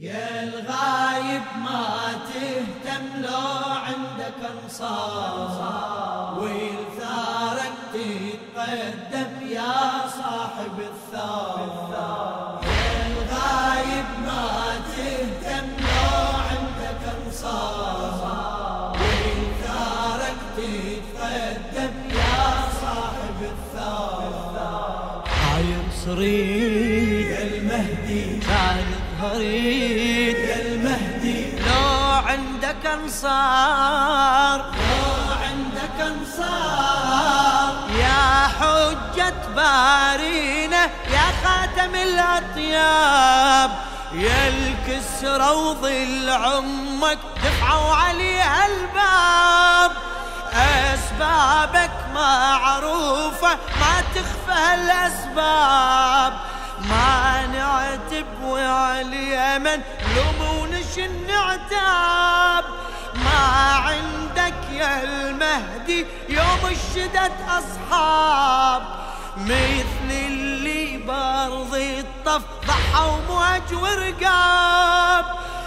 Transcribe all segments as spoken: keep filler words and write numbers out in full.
يا الغايب ما تهتم لو عندك انصار، ويثارك تتقدم يا صاحب الثار. يا الغايب ما تهتم لو عندك انصار، ويثارك تتقدم يا صاحب الثار. حاير صريد يا المهدي كان ظهريد، يا المهدي لو عندك انصار، لو عندك انصار. يا حجة بارينا يا خاتم الأطياب، يا الكسرى وظل عمك دفعوا عليها الباب. أسبابك معروفة ما تخفى الأسباب، ما نعتب وعلى من لومونش النعتاب. ما عندك يا المهدي يوم الشدد أصحاب، مثل اللي بارض الطف ضحوا موج ورقاب.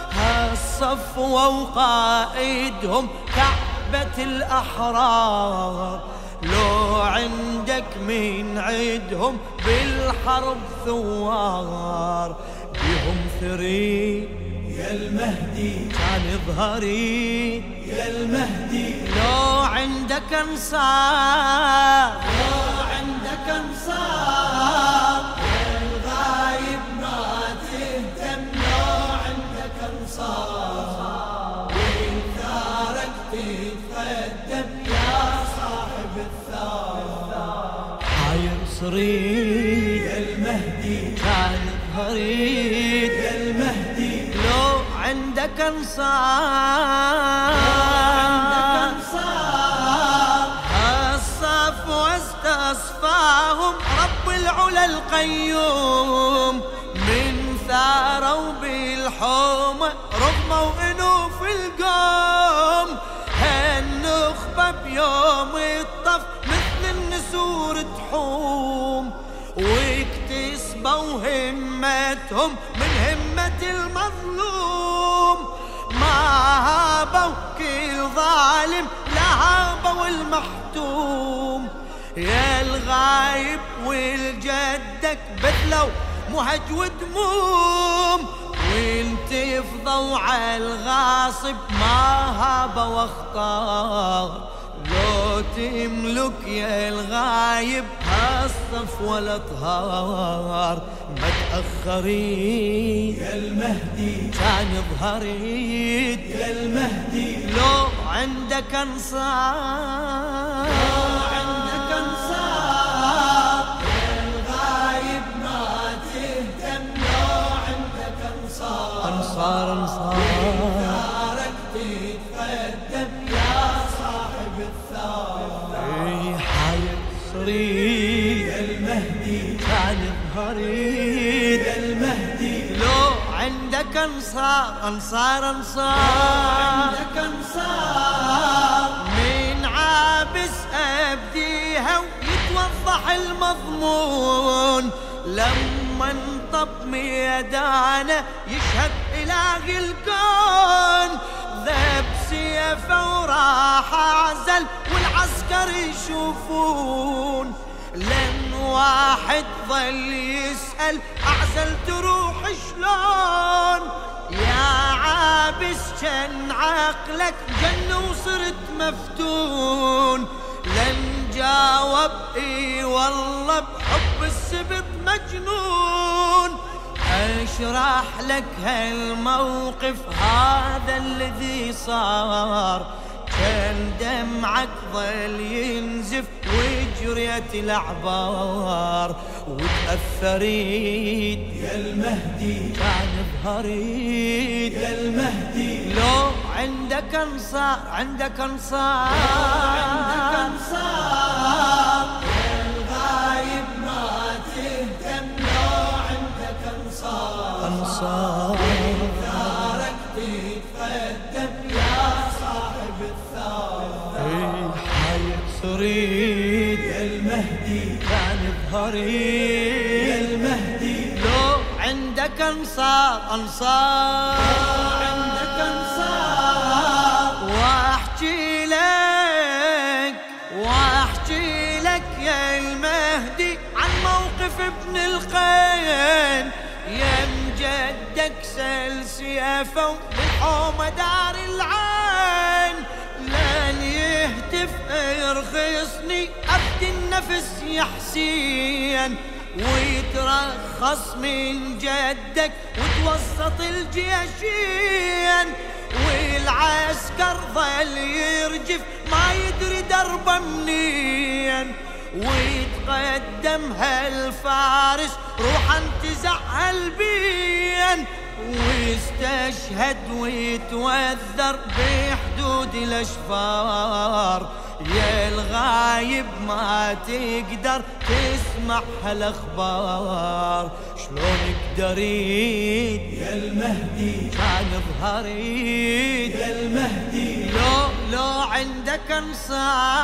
هالصفوة وقائدهم كعبة الأحرار، لو عندك من عدهم بالحرب ثوار. بهم ثري يا المهدي كان ظهري، يا المهدي لو عندك انصار، لو عندك انصار. يا الغايب ما تهتم لو عندك انصار، وإنثارك تتقدم يا صاحب الثار. حاير صريد يا المهدي كان ظهريد، يا المهدي لو عندك انصار، عندك انصار. الصف واستصفاهم رب العلا القيوم، من ثاروا بالحومة رغموا انوف القوم. هالنخبة بيوم الطف مثل النسور تحوم، واكتسبوا همتهم من همة المظلوم. ما هابوا كل ظالم لا هابوا المحتوم. يا الغايب والجدك بذلوا مهج ودموم، وانت فضوا على الغاصب ما هابوا واختار. لو تملك يا الغايب هالصف ولا طهار، ما تأخرين يا المهدي كان ظهريد، يا المهدي لو عندك انصار، لو عندك انصار. يا الغايب ما تهتم لو عندك انصار، انصار انصار. ثارك تتقدم يا صاحب الثار. اي حاير صريد يا المهدي كان ظهريد، يا المهدي لو عندك انصار، انصار انصار. عندك انصار. من عابس ابديها ويتوضح المضمون، لما انطب ميدانه يشهد اله الكون. ذاب سيفه وراح اعزل والعسكر يشوفون، لن واحد ظل يسأل اعزل تروح شلون. يا عابس كان عقلك جن وصرت مفتون، لن جاوب اي والله بحب السبط مجنون. اشرح لك هالموقف هذا الذي صار، كان دمعك ظل ينزف وجريت الاعبار. وتأثريت يا المهدي كان ظهريد، يا المهدي لو عندك انصار، عندك انصار، عندك انصار. يا الغايب ما تهتم لو عندك انصار، انصار. ثارك تتقدم يا صاحب الثار. اي حاير صريد يا المهدي كان يا ظهريد، المهدي لو عندك انصار انصار عندك انصار واحكي لك واحكي لك يا المهدي عن موقف ابن القين. يم جدك سل سيفه بالحومة دار العين، لن يهتف يرخصني أبدي النفس يا حسين، ويترخص من جدك وتوسط الجيشين، والعسكر ظل يرجف ما يدري دربه منين، ويتقدم هالفارس روح انتزع هالبين، ويستشهد ويتوذر بحدود الاشفار. يا الغايب ما تقدر تسمع هالاخبار، شلون قدريت يا المهدي كان ظهريت يا المهدي لو لو عندك انصار،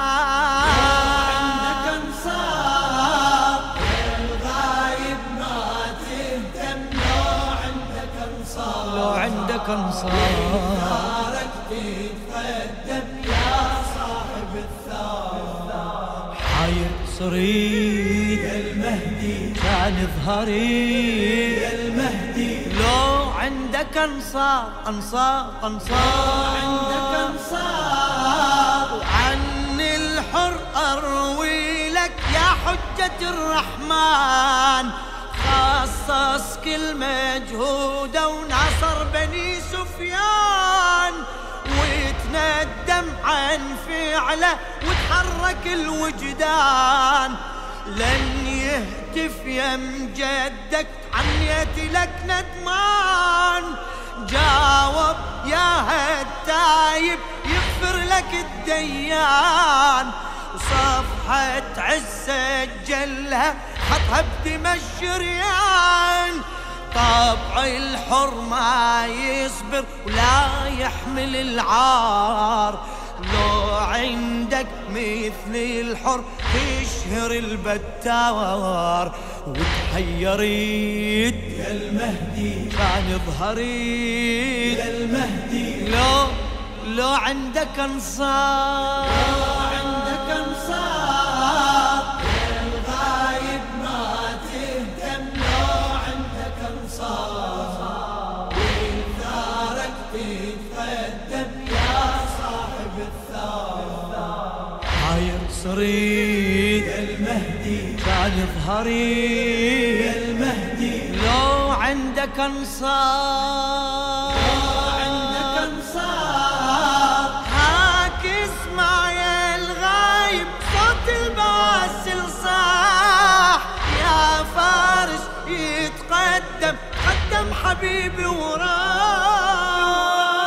عندك انصار يا الغايب ما تهتم، لو عندك انصار لو عندك انصار ثارك تتقدم يا صاحب الثار. حاير صريت يا المهدي كان ظهريت يا المهدي لو عندك انصار انصار انصار عندك انصار عن الحر اروي لك يا حجة الرحمن، خصص كل مجهوده وناصر بني سفيان، ويتندم عن فعله وتحرك الوجدان، لن يهتف يم جدك عنيتي لك ندمان، جاوب يا هالتايب يغفر لك الديان، وصفحة عز سجلها حطها بدم الشريان، طبع الحر ما يصبر ولا يحمل العار، لو عندك مثل الحر تشهر البتار، وتحيريت يا المهدي كان ظهريت يا المهدي لو لو عندك انصار، عندك انصار يا الغايب ما تهتم، لو عندك انصار وثارك تتقدم يا صاحب الثار. حاير صريت يا المهدي كان ظهريت يا المهدي لو عندك انصار، عندك انصار هاك اسمع يا الغايب صوت الباسل صاح، يا فارس يتقدم قدم حبيبي وراه،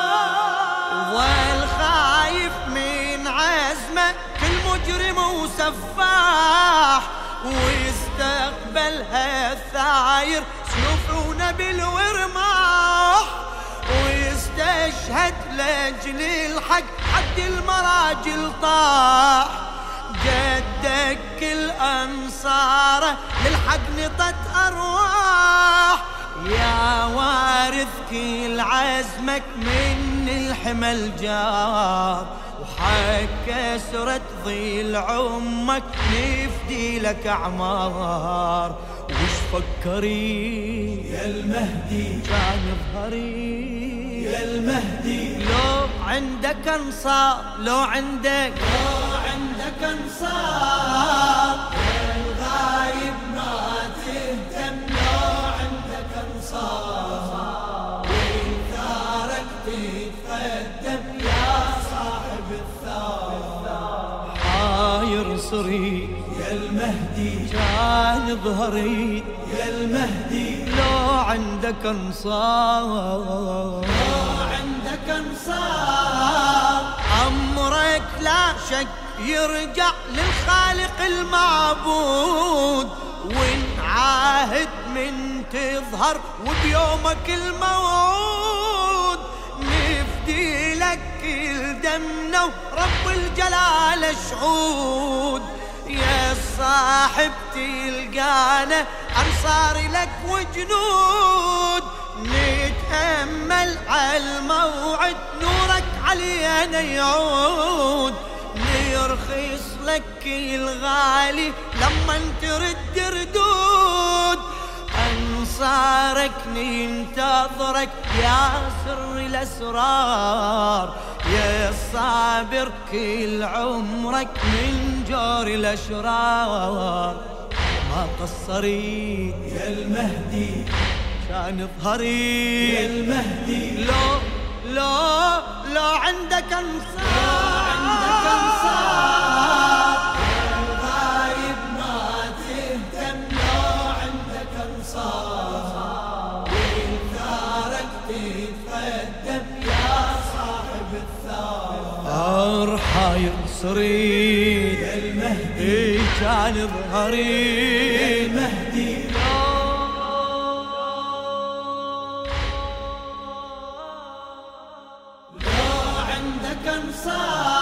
ظل خايف من عزمه كل مجرم وسفاح، ويستقبلها الثاير سيوفنا بالورماح، ويستشهد لاجل الحق حد المراجل طاح، جدك الانصار للحق نطت ارواح، يا وارث كل عزمك من الحمل جار، وحق كسرت ظل عمك نفدي لك اعمار، وش فكري يا المهدي كان ظهري يا المهدي لو عندك انصار، لو عندك لو عندك انصار يا الغايب ما تهتم، لو عندك انصار وثارك تتقدم يا صاحب الثار. حاير صريت يا المهدي كان ظهري يا المهدي لو عندك انصار، لو عندك انصار امرك لا شك يرجع للخالق المعبود، ونعاهد من تظهر وبيومك الموعود، نفدي لك كل دمنا ورب الجلال شهود، يا صاحب تلقانا أنصار لك وجنود نتأمل عالموعد نورك علينا يعود نرخص لك الغالي لما ترد ردود أنصارك ننتظرك يا سر الأسرار يا الصابر كل عمرك من جور الأشرار ما قصريت يا المهدي كان ظهري يا المهدي لو لو لو عندك انصار عندك انصار الغايب ما تهتم لو عندك انصار وثارك تتقدم يا صاحب الثار حاير صريت يا المهدي كان ظهري يا المهدي لو عندك انصار